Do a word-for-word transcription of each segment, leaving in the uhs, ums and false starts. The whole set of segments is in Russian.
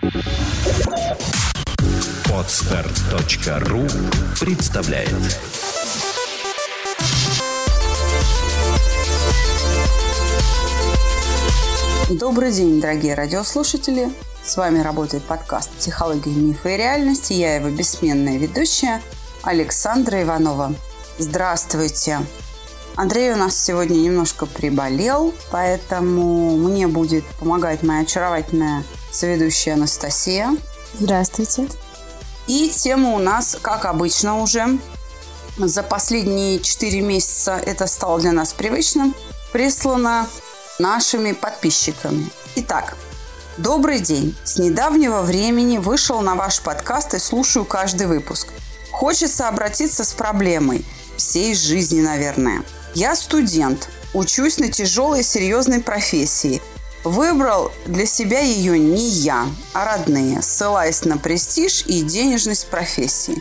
Подстер точка ру представляет. Добрый день, дорогие радиослушатели. С вами работает подкаст «Психология, мифы и реальности». Я его бессменная ведущая Александра Иванова. Здравствуйте. Андрей у нас сегодня немножко приболел, поэтому мне будет помогать моя очаровательная соведущая Анастасия. Здравствуйте. И тема у нас, как обычно уже, за последние четыре месяца это стало для нас привычным, прислана нашими подписчиками. Итак, добрый день. С недавнего времени вышел на ваш подкаст и слушаю каждый выпуск. Хочется обратиться с проблемой всей жизни, наверное. Я студент, учусь на тяжелой и серьезной профессии. Выбрал для себя ее не я, а родные, ссылаясь на престиж и денежность профессии.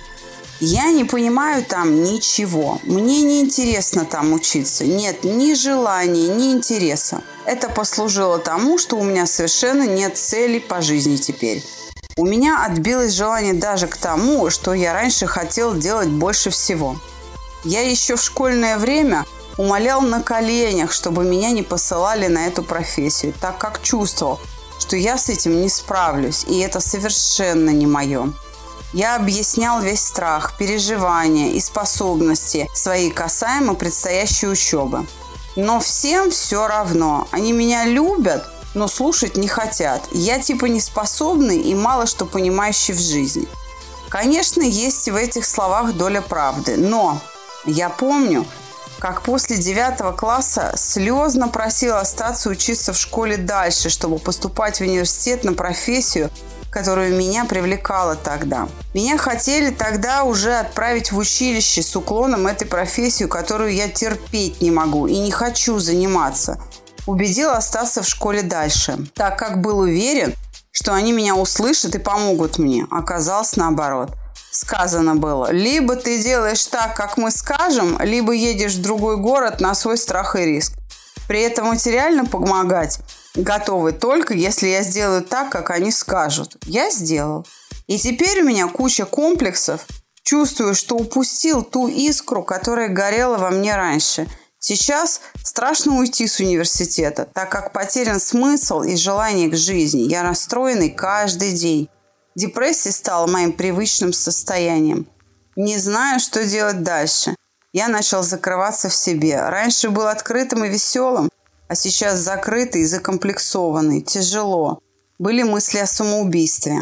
Я не понимаю там ничего. Мне не интересно там учиться. Нет ни желания, ни интереса. Это послужило тому, что у меня совершенно нет цели по жизни теперь. У меня отбилось желание даже к тому, что я раньше хотел делать больше всего. Я еще в школьное время умолял на коленях, чтобы меня не посылали на эту профессию, так как чувствовал, что я с этим не справлюсь, и это совершенно не мое. Я объяснял весь страх, переживания и способности свои касаемо предстоящей учебы. Но всем все равно. Они меня любят, но слушать не хотят. Я типа неспособный и мало что понимающий в жизни. Конечно, есть в этих словах доля правды, но я помню, как после девятого класса слезно просил остаться учиться в школе дальше, чтобы поступать в университет на профессию, которая меня привлекала тогда. Меня хотели тогда уже отправить в училище с уклоном этой профессию, которую я терпеть не могу и не хочу заниматься. Убедил остаться в школе дальше, так как был уверен, что они меня услышат и помогут мне. Оказалось наоборот. Сказано было, либо ты делаешь так, как мы скажем, либо едешь в другой город на свой страх и риск. При этом материально помогать готовы только, если я сделаю так, как они скажут. Я сделал. И теперь у меня куча комплексов. Чувствую, что упустил ту искру, которая горела во мне раньше. Сейчас страшно уйти с университета, так как потерян смысл и желание к жизни. Я расстроенный каждый день. Депрессия стала моим привычным состоянием. Не знаю, что делать дальше. Я начал закрываться в себе. Раньше был открытым и веселым, а сейчас закрытый и закомплексованный. Тяжело. Были мысли о самоубийстве.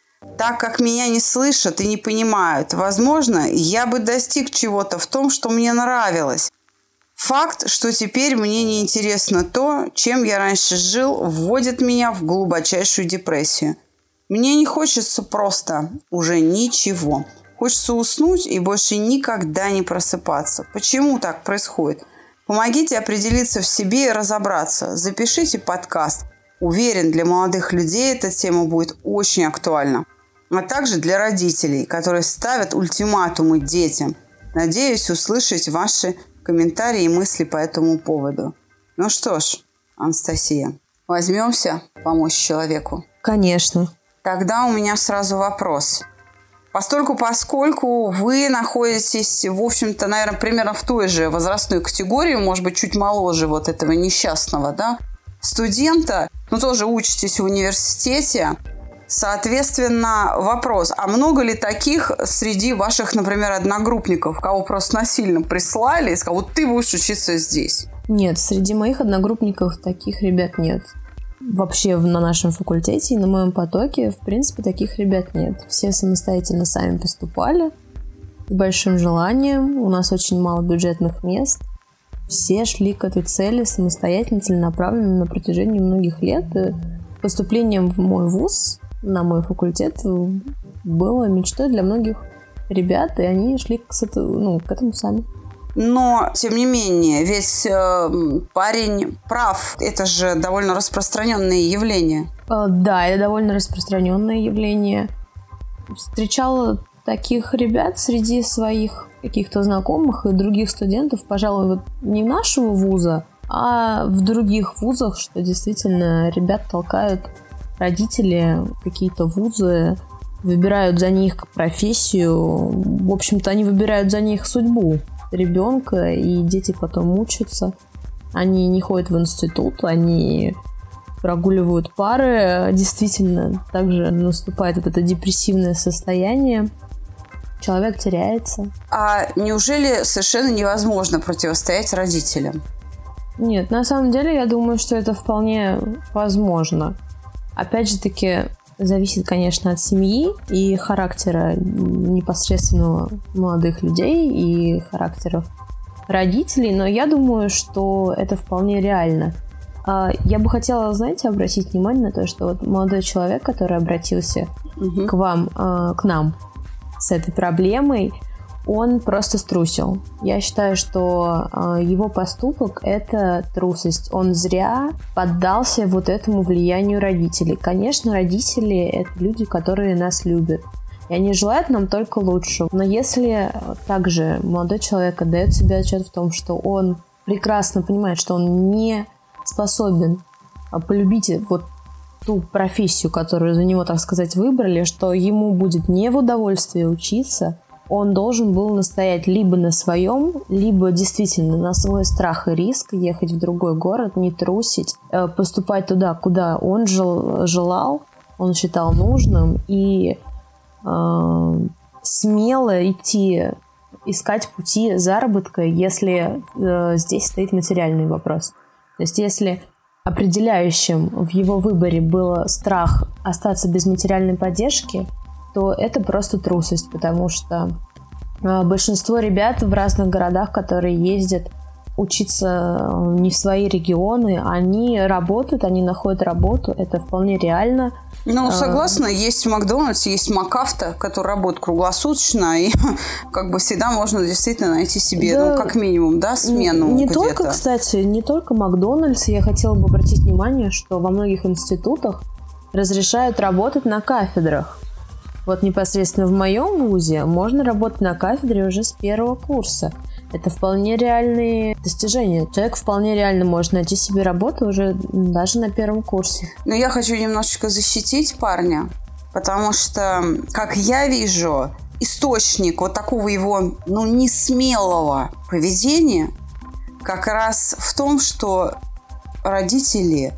Так как меня не слышат и не понимают, возможно, я бы достиг чего-то в том, что мне нравилось. Факт, что теперь мне не интересно то, чем я раньше жил, вводит меня в глубочайшую депрессию. Мне не хочется просто уже ничего. Хочется уснуть и больше никогда не просыпаться. Почему так происходит? Помогите определиться в себе и разобраться. Запишите подкаст. Уверен, для молодых людей эта тема будет очень актуальна. А также для родителей, которые ставят ультиматумы детям. Надеюсь услышать ваши комментарии и мысли по этому поводу. Ну что ж, Анастасия, возьмемся помочь человеку? Конечно. Тогда у меня сразу вопрос. Постольку, поскольку вы находитесь, в общем-то, наверное, примерно в той же возрастной категории, может быть, чуть моложе вот этого несчастного, да, студента, но тоже учитесь в университете, соответственно, вопрос, а много ли таких среди ваших, например, одногруппников, кого просто насильно прислали и сказали, вот ты будешь учиться здесь? Нет, среди моих одногруппников таких ребят нет. Вообще на нашем факультете и на моем потоке, в принципе, таких ребят нет. Все самостоятельно сами поступали с большим желанием. У нас очень мало бюджетных мест. Все шли к этой цели самостоятельно, целенаправленно на протяжении многих лет. И поступлением в мой вуз, на мой факультет, было мечтой для многих ребят, и они шли к, ну, к этому сами. Но, тем не менее, ведь э, парень прав. Это же довольно распространенное явление. Да, это довольно распространенное явление. Встречала таких ребят среди своих каких-то знакомых и других студентов, пожалуй, вот не нашего вуза, а в других вузах, что действительно ребят толкают родители, какие-то вузы выбирают за них профессию. В общем-то, они выбирают за них судьбу ребенка, и дети потом учатся. Они не ходят в институт, они прогуливают пары. Действительно, также наступает вот это депрессивное состояние. Человек теряется. А неужели совершенно невозможно противостоять родителям? Нет, на самом деле, я думаю, что это вполне возможно. Опять же таки, зависит, конечно, от семьи и характера непосредственно молодых людей и характеров родителей, но я думаю, что это вполне реально. Я бы хотела, знаете, обратить внимание на то, что вот молодой человек, который обратился угу. к вам, к нам с этой проблемой, он просто струсил. Я считаю, что э, его поступок – это трусость. Он зря поддался вот этому влиянию родителей. Конечно, родители – это люди, которые нас любят. И они желают нам только лучшего. Но если также молодой человек отдает себе отчет в том, что он прекрасно понимает, что он не способен полюбить вот ту профессию, которую за него, так сказать, выбрали, что ему будет не в удовольствие учиться, он должен был настоять либо на своем, либо действительно на свой страх и риск ехать в другой город, не трусить, поступать туда, куда он жел, желал, он считал нужным, и э, смело идти, искать пути заработка, если э, здесь стоит материальный вопрос. То есть если определяющим в его выборе был страх остаться без материальной поддержки, то это просто трусость, потому что большинство ребят в разных городах, которые ездят учиться не в свои регионы, они работают, они находят работу, это вполне реально. Ну, согласна, есть Макдональдс, есть МакАвто, который работает круглосуточно, и как бы всегда можно действительно найти себе, да, ну, как минимум, да, смену не где-то. Только, кстати, не только Макдональдс, я хотела бы обратить внимание, что во многих институтах разрешают работать на кафедрах. Вот непосредственно в моем вузе можно работать на кафедре уже с первого курса. Это вполне реальные достижения. Человек вполне реально может найти себе работу уже даже на первом курсе. Но я хочу немножечко защитить парня, потому что, как я вижу, источник вот такого его, ну, несмелого поведения как раз в том, что родители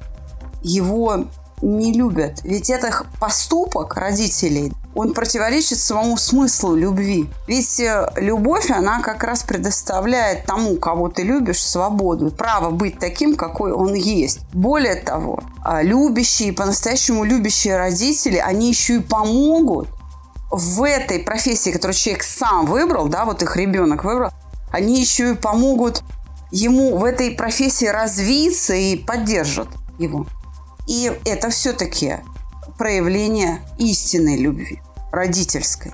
его не любят. Ведь это поступок родителей, он противоречит самому смыслу любви. Ведь любовь, она как раз предоставляет тому, кого ты любишь, свободу, право быть таким, какой он есть. Более того, любящие, по-настоящему любящие родители, они еще и помогут в этой профессии, которую человек сам выбрал, да, вот их ребенок выбрал, они еще и помогут ему в этой профессии развиться и поддержат его. И это все-таки проявление истинной любви, родительской.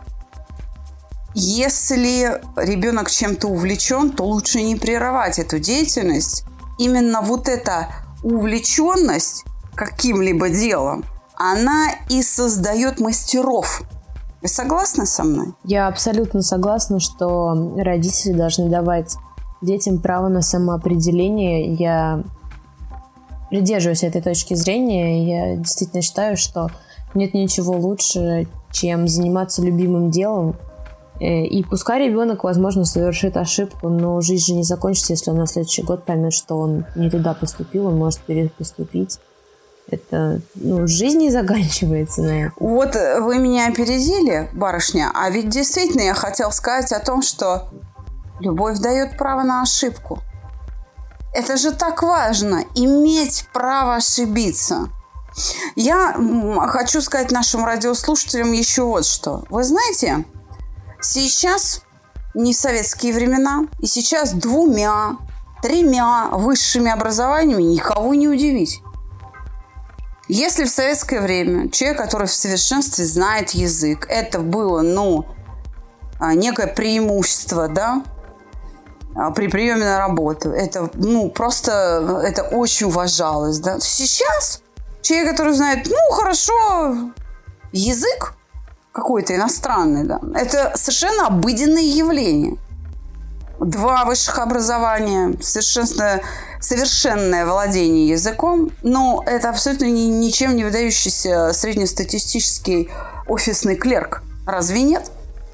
Если ребенок чем-то увлечен, то лучше не прерывать эту деятельность. Именно вот эта увлеченность каким-либо делом, она и создает мастеров. Вы согласны со мной? Я абсолютно согласна, что родители должны давать детям право на самоопределение. Я придерживаюсь этой точки зрения. Я действительно считаю, что нет ничего лучше, чем заниматься любимым делом. И пускай ребенок, возможно, совершит ошибку, но жизнь же не закончится, если он на следующий год поймет, что он не туда поступил, он может перепоступить. Это, ну, жизнь не заканчивается на этом. Вот вы меня опередили, барышня, а ведь действительно я хотела сказать о том, что любовь дает право на ошибку. Это же так важно, иметь право ошибиться. Я хочу сказать нашим радиослушателям еще вот что. Вы знаете, сейчас не советские времена, и сейчас двумя, тремя высшими образованиями никого не удивить. Если в советское время человек, который в совершенстве знает язык, это было, ну, некое преимущество, да, при приеме на работу. Это, ну, просто, это очень уважалось, да. Сейчас человек, который знает, ну, хорошо, язык какой-то иностранный, да, это совершенно обыденное явление. два высших образования, совершенно, совершенное владение языком, но это абсолютно ни, ничем не выдающийся среднестатистический офисный клерк. Разве нет?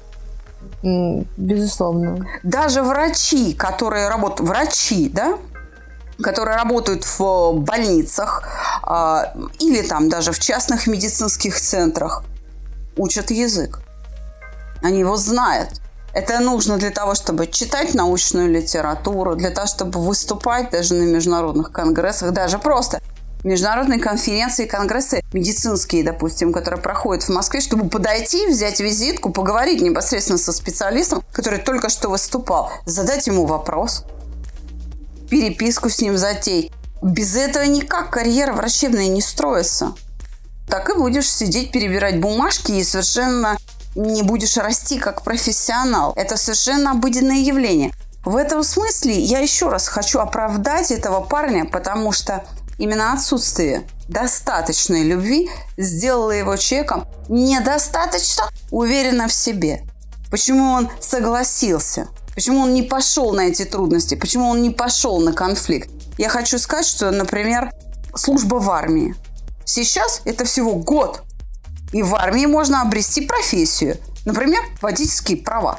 Безусловно. Даже врачи, которые работают, врачи, да, которые работают в больницах а, или там даже в частных медицинских центрах, учат язык. Они его знают. Это нужно для того, чтобы читать научную литературу, для того, чтобы выступать даже на международных конгрессах, даже просто международные конференции, конгрессы медицинские, допустим, которые проходят в Москве, чтобы подойти, взять визитку, поговорить непосредственно со специалистом, который только что выступал, задать ему вопрос, переписку с ним затеять. Без этого никак карьера врачебная не строится. Так и будешь сидеть, перебирать бумажки и совершенно не будешь расти как профессионал. Это совершенно обыденное явление. В этом смысле я еще раз хочу оправдать этого парня, потому что именно отсутствие достаточной любви сделало его человеком недостаточно уверенным в себе. Почему он согласился? Почему он не пошел на эти трудности? Почему он не пошел на конфликт? Я хочу сказать, что, например, служба в армии. Сейчас это всего год. И в армии можно обрести профессию. Например, водительские права.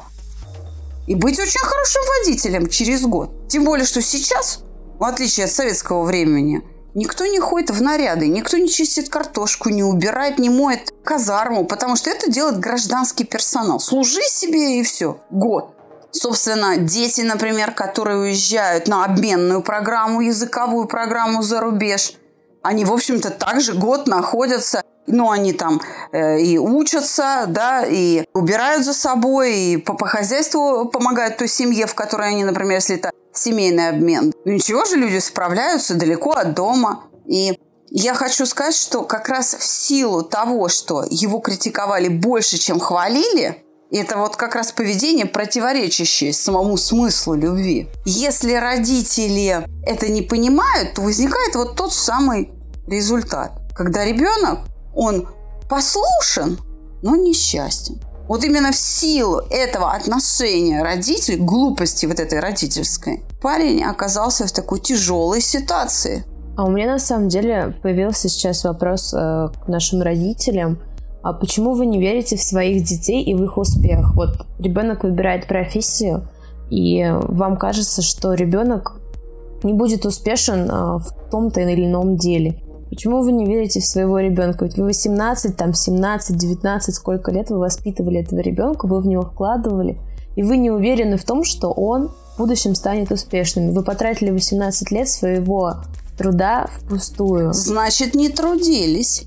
И быть очень хорошим водителем через год. Тем более, что сейчас, в отличие от советского времени, никто не ходит в наряды, никто не чистит картошку, не убирает, не моет казарму, потому что это делает гражданский персонал. Служи себе и все. Год. Собственно, дети, например, которые уезжают на обменную программу, языковую программу за рубеж, они, в общем-то, также год находятся. Ну, они там э, и учатся, да, и убирают за собой, и по, по хозяйству помогают той семье, в которой они, например, если это семейный обмен. Ну, ничего же, люди справляются далеко от дома. И я хочу сказать, что как раз в силу того, что его критиковали больше, чем хвалили, это вот как раз поведение, противоречащее самому смыслу любви. Если родители это не понимают, то возникает вот тот самый результат, когда ребенок, он послушен, но несчастен. Вот именно в силу этого отношения родителей, глупости вот этой родительской, парень оказался в такой тяжелой ситуации. А у меня на самом деле появился сейчас вопрос э, к нашим родителям. А почему вы не верите в своих детей и в их успех? Вот ребенок выбирает профессию, и вам кажется, что ребенок не будет успешен э, в том-то или ином деле. Почему вы не верите в своего ребенка? Ведь вы восемнадцать, там, семнадцать, девятнадцать, сколько лет вы воспитывали этого ребенка, вы в него вкладывали, и вы не уверены в том, что он в будущем станет успешным. Вы потратили восемнадцать лет своего труда впустую. Значит, не трудились.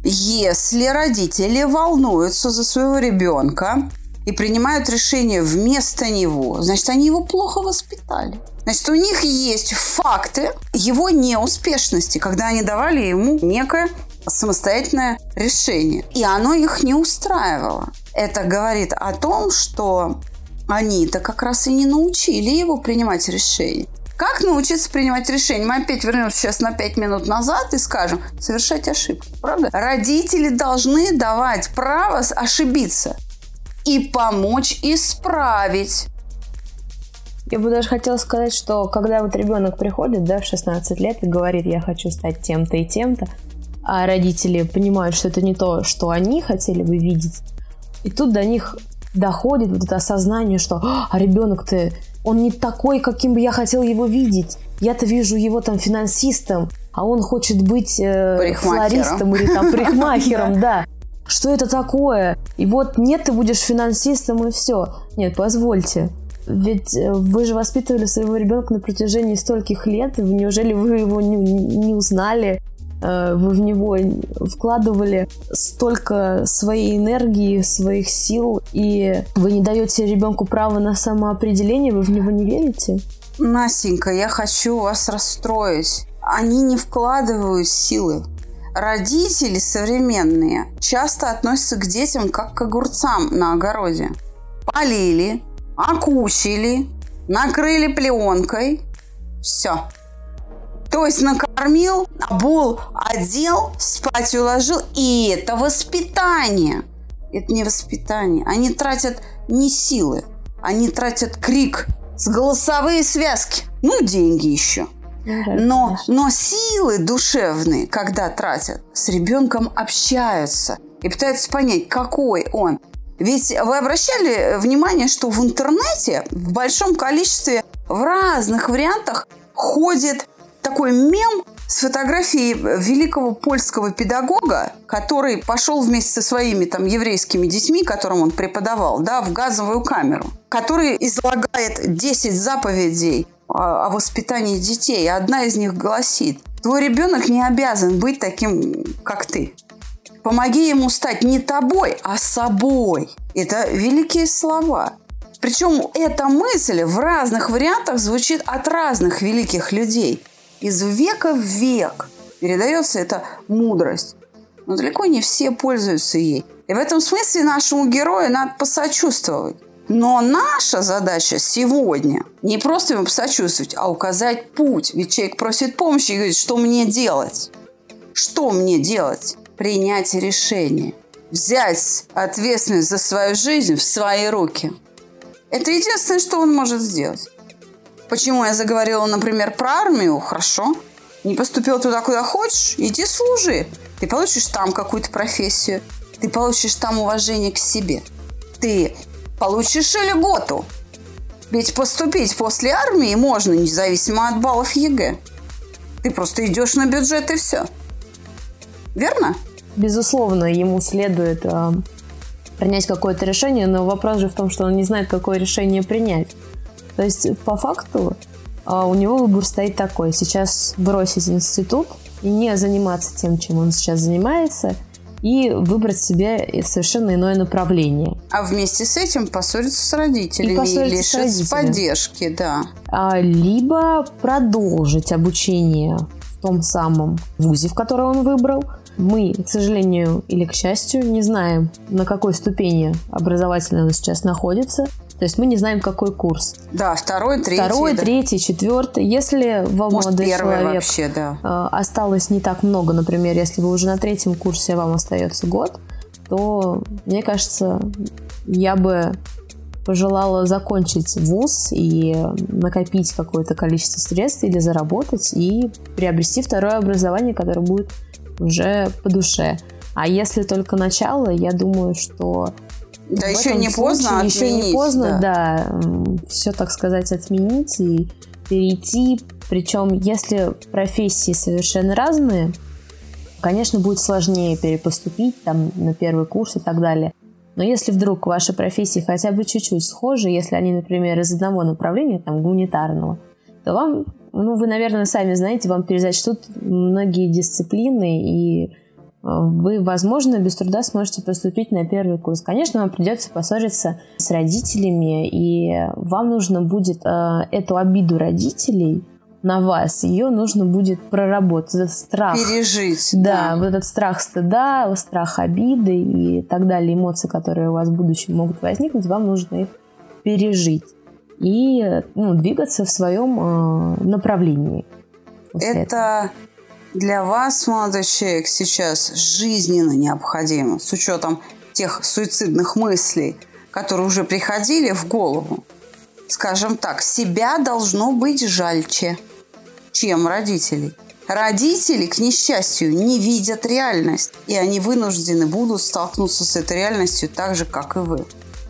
Если родители волнуются за своего ребенка и принимают решение вместо него, значит, они его плохо воспитали. Значит, у них есть факты его неуспешности, когда они давали ему некое самостоятельное решение. И оно их не устраивало. Это говорит о том, что они-то как раз и не научили его принимать решения. Как научиться принимать решения? Мы опять вернемся сейчас на пять минут назад и скажем, совершать ошибки. Правда? Родители должны давать право ошибиться и помочь исправить. Я бы даже хотела сказать, что когда вот ребенок приходит, да, в шестнадцать лет и говорит, я хочу стать тем-то и тем-то, а родители понимают, что это не то, что они хотели бы видеть, и тут до них доходит вот это осознание, что а ребенок-то, он не такой, каким бы я хотел его видеть. Я-то вижу его там финансистом, а он хочет быть э, флористом или там парикмахером, да. Что это такое? И вот нет, ты будешь финансистом, и все. Нет, позвольте. Ведь вы же воспитывали своего ребенка на протяжении стольких лет, и неужели вы его не, не узнали? Вы в него вкладывали столько своей энергии, своих сил, и вы не даете ребенку право на самоопределение, вы в него не верите? Настенька, я хочу вас расстроить. Они не вкладывают силы. Родители современные часто относятся к детям как к огурцам на огороде. Полили, окучили, накрыли пленкой. Все. То есть накормил, обул, одел, спать уложил. И это воспитание. Это не воспитание. Они тратят не силы. Они тратят крик с голосовые связки, ну, деньги еще. Но, но силы душевные, когда тратят, с ребенком общаются и пытаются понять, какой он. Ведь вы обращали внимание, что в интернете в большом количестве в разных вариантах ходит такой мем с фотографией великого польского педагога, который пошел вместе со своими там еврейскими детьми, которым он преподавал, да, в газовую камеру, который излагает десять заповедей о, о воспитании детей. И одна из них гласит: твой ребенок не обязан быть таким, как ты. Помоги ему стать не тобой, а собой. Это великие слова. Причем эта мысль в разных вариантах звучит от разных великих людей. Из века в век передается эта мудрость. Но далеко не все пользуются ей. И в этом смысле нашему герою надо посочувствовать. Но наша задача сегодня не просто ему посочувствовать, а указать путь. Ведь человек просит помощи и говорит, что мне делать? Что мне делать? Принять решение. Взять ответственность за свою жизнь в свои руки. Это единственное, что он может сделать. Почему я заговорила, например, про армию? Хорошо. Не поступил туда, куда хочешь, иди служи. Ты получишь там какую-то профессию. Ты получишь там уважение к себе. Ты получишь льготу. Ведь поступить после армии можно, независимо от баллов ЕГЭ. Ты просто идешь на бюджет и все. Верно? Безусловно, ему следует э, принять какое-то решение, но вопрос же в том, что он не знает, какое решение принять. То есть, по факту, э, у него выбор стоит такой. Сейчас бросить институт и не заниматься тем, чем он сейчас занимается, и выбрать себе совершенно иное направление. А вместе с этим поссориться с родителями и, поссориться и лишиться поддержки, да. А, либо продолжить обучение в том самом вузе, в который он выбрал. Мы, к сожалению или к счастью, не знаем, на какой ступени образовательной он сейчас находится. То есть мы не знаем, какой курс. Да, второй, третий. Второй, да. третий, четвертый. Если вам Может, молодой человек вообще, да. э, осталось не так много, например, если вы уже на третьем курсе, а вам остается год, то, мне кажется, я бы пожелала закончить вуз и накопить какое-то количество средств или заработать и приобрести второе образование, которое будет уже по душе. А если только начало, я думаю, что да, еще не поздно отменить. Еще не поздно, да. да, все, так сказать, отменить и перейти. Причем, если профессии совершенно разные, конечно, будет сложнее перепоступить там, на первый курс и так далее. Но если вдруг ваши профессии хотя бы чуть-чуть схожи, если они, например, из одного направления, там, гуманитарного, то вам, ну, вы, наверное, сами знаете, вам перезачтут многие дисциплины, и вы, возможно, без труда сможете поступить на первый курс. Конечно, вам придется поссориться с родителями, и вам нужно будет э, эту обиду родителей на вас, ее нужно будет проработать, этот страх. Пережить. Да, да, вот этот страх стыда, страх обиды и так далее, эмоции, которые у вас в будущем могут возникнуть, вам нужно их пережить и, ну, двигаться в своем э, направлении. Это этого. Для вас, молодой человек, сейчас жизненно необходимо, с учетом тех суицидных мыслей, которые уже приходили в голову. Скажем так, себя должно быть жальче, чем родителей. Родители, к несчастью, не видят реальность, и они вынуждены будут столкнуться с этой реальностью так же, как и вы.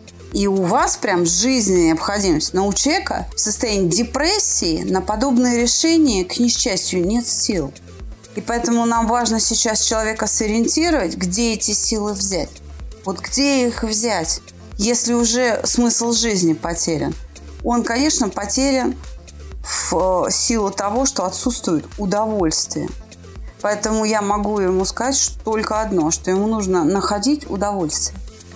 И у вас прям жизненная необходимость. Но у человека в состоянии депрессии на подобные решения, к несчастью, нет сил. И поэтому нам важно сейчас человека сориентировать, где эти силы взять. Вот где их взять, если уже смысл жизни потерян? Он, конечно, потерян в силу того, что отсутствует удовольствие. Поэтому я могу ему сказать только одно, что ему нужно находить удовольствие.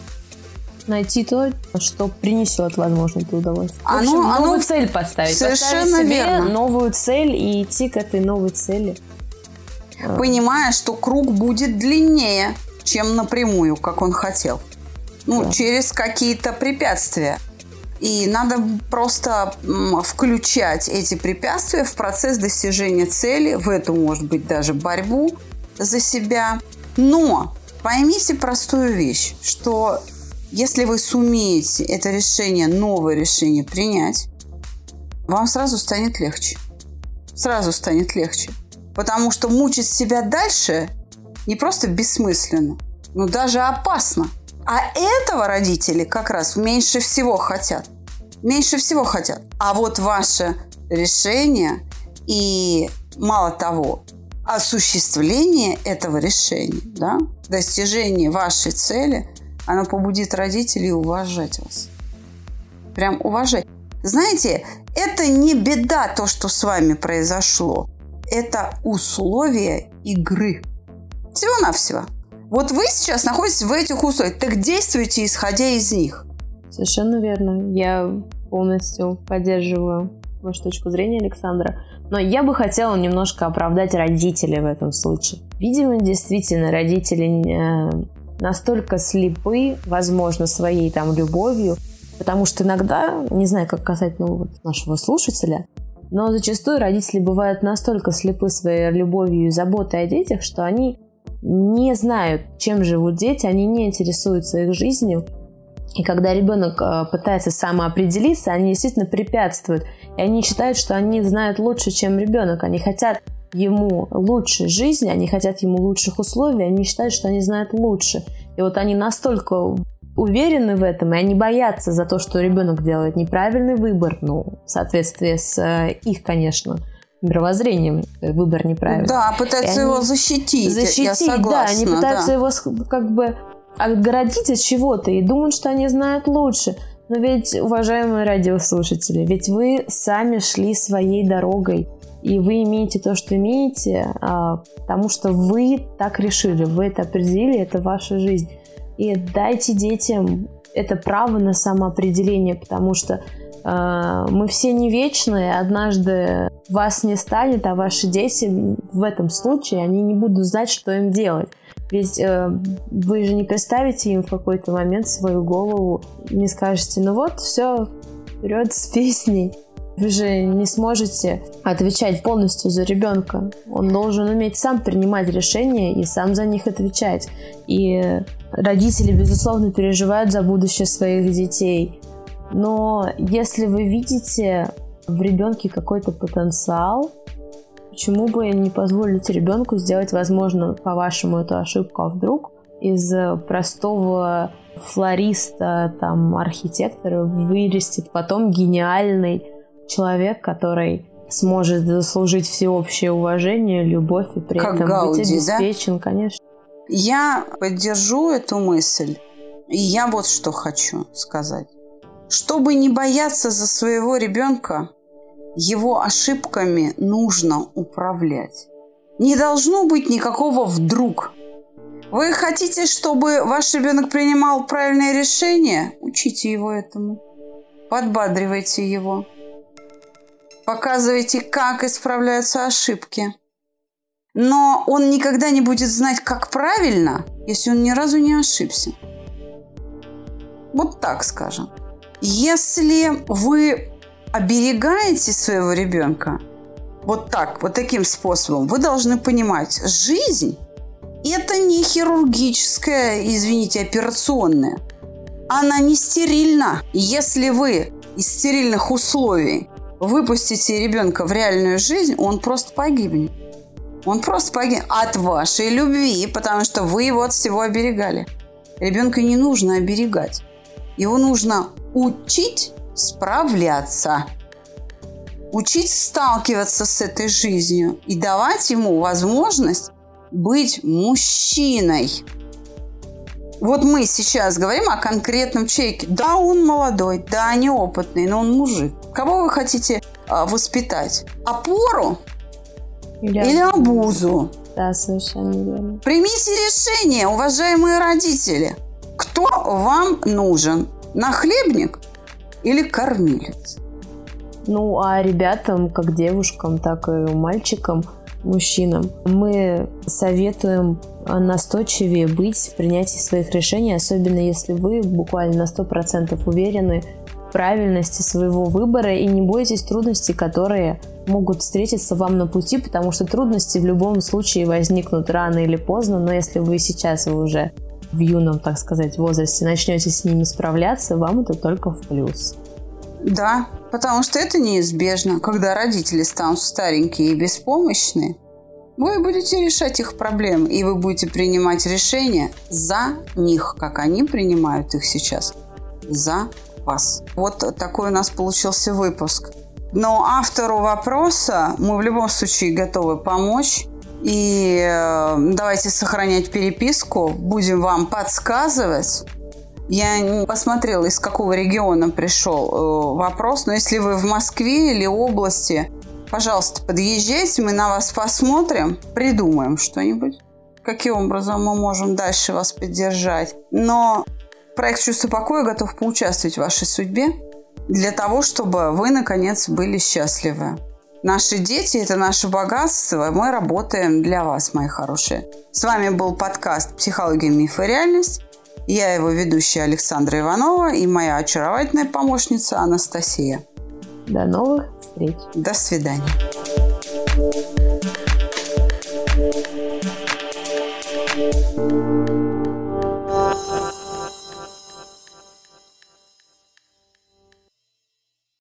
Найти то, что принесет, возможно, это удовольствие. В общем, оно, новую оно цель поставить. Совершенно поставить себе верно. Новую цель и идти к этой новой цели. Понимая, что круг будет длиннее, чем напрямую, как он хотел. Ну, да. Через какие-то препятствия. И надо просто включать эти препятствия в процесс достижения цели, в эту, может быть, даже борьбу за себя. Но поймите простую вещь, что если вы сумеете это решение, новое решение принять, вам сразу станет легче. Сразу станет легче. Потому что мучить себя дальше не просто бессмысленно, но даже опасно. А этого родители как раз меньше всего хотят. Меньше всего хотят. А вот ваше решение и, мало того, осуществление этого решения, да, достижение вашей цели, оно побудит родителей уважать вас. Прям уважать. Знаете, это не беда, то, что с вами произошло. Это условия игры. Всего-навсего. Вот вы сейчас находитесь в этих условиях. Так действуйте, исходя из них. Совершенно верно. Я полностью поддерживаю вашу точку зрения, Александра. Но я бы хотела немножко оправдать родителей в этом случае. Видимо, действительно, родители э, настолько слепы, возможно, своей там любовью, потому что иногда, не знаю, как касательно вот нашего слушателя, но зачастую родители бывают настолько слепы своей любовью и заботой о детях, что они не знают, чем живут дети, они не интересуются их жизнью. И когда ребенок пытается самоопределиться, они действительно препятствуют. И они считают, что они знают лучше, чем ребенок. Они хотят ему лучшей жизни, они хотят ему лучших условий, они считают, что они знают лучше. И вот они настолько уверены в этом, и они боятся за то, что ребенок делает неправильный выбор, ну, в соответствии с их, конечно, мировоззрением, выбор неправильный. Да, пытаются его защитить, защитить, я согласна. Да, они пытаются да. его как бы отгородить от чего-то и думают, что они знают лучше. Но ведь, уважаемые радиослушатели, ведь вы сами шли своей дорогой, и вы имеете то, что имеете, потому что вы так решили, вы это определили, это ваша жизнь. И дайте детям это право на самоопределение, потому что э, мы все не вечные, однажды вас не станет, а ваши дети в этом случае, они не будут знать, что им делать. Ведь э, вы же не представите им в какой-то момент свою голову, не скажете, ну вот, все, вперед с песней. Вы же не сможете отвечать полностью за ребенка. Он должен уметь сам принимать решения и сам за них отвечать. И родители, безусловно, переживают за будущее своих детей. Но если вы видите в ребенке какой-то потенциал, почему бы не позволить ребенку сделать, возможно, по-вашему, эту ошибку, а вдруг из простого флориста, там, архитектора вырастет потом гениальный человек, который сможет заслужить всеобщее уважение, любовь и при как этом Гауди, быть обеспечен, да? Конечно. Я поддержу эту мысль, и я вот что хочу сказать. Чтобы не бояться за своего ребенка, его ошибками нужно управлять. Не должно быть никакого «вдруг». Вы хотите, чтобы ваш ребенок принимал правильные решения? Учите его этому. Подбадривайте его. Показывайте, как исправляются ошибки. Но он никогда не будет знать, как правильно, если он ни разу не ошибся. Вот так скажем. Если вы оберегаете своего ребенка вот так, вот таким способом, вы должны понимать, жизнь – это не хирургическая, извините, операционная. Она не стерильна. Если вы из стерильных условий выпустите ребенка в реальную жизнь, он просто погибнет. Он просто погибнет от вашей любви, потому что вы его от всего оберегали. Ребенка не нужно оберегать. Его нужно учить справляться. Учить сталкиваться с этой жизнью и давать ему возможность быть мужчиной. Вот мы сейчас говорим о конкретном человеке. Да, он молодой, да, неопытный, но он мужик. Кого вы хотите а, воспитать? Опору или, или обузу? Да, совершенно верно. Примите решение, уважаемые родители. Кто вам нужен? Нахлебник или кормилец? Ну, а ребятам, как девушкам, так и мальчикам, мужчинам, мы советуем настойчивее быть в принятии своих решений, особенно если вы буквально на сто процентов уверены в правильности своего выбора и не боитесь трудностей, которые могут встретиться вам на пути, потому что трудности в любом случае возникнут рано или поздно, но если вы сейчас вы уже в юном, так сказать, возрасте начнете с ними справляться, вам это только в плюс. Да, потому что это неизбежно. Когда родители станут старенькие и беспомощные, вы будете решать их проблемы, и вы будете принимать решения за них, как они принимают их сейчас, за вас. Вот такой у нас получился выпуск. Но автору вопроса мы в любом случае готовы помочь. И давайте сохранять переписку, будем вам подсказывать. Я не посмотрела, из какого региона пришел вопрос, но если вы в Москве или области, пожалуйста, подъезжайте, мы на вас посмотрим, придумаем что-нибудь, каким образом мы можем дальше вас поддержать. Но проект «Чувство покоя» готов поучаствовать в вашей судьбе для того, чтобы вы, наконец, были счастливы. Наши дети – это наше богатство, мы работаем для вас, мои хорошие. С вами был подкаст «Психология, миф и реальность». Я его ведущая Александра Иванова и моя очаровательная помощница Анастасия. До новых встреч. До свидания.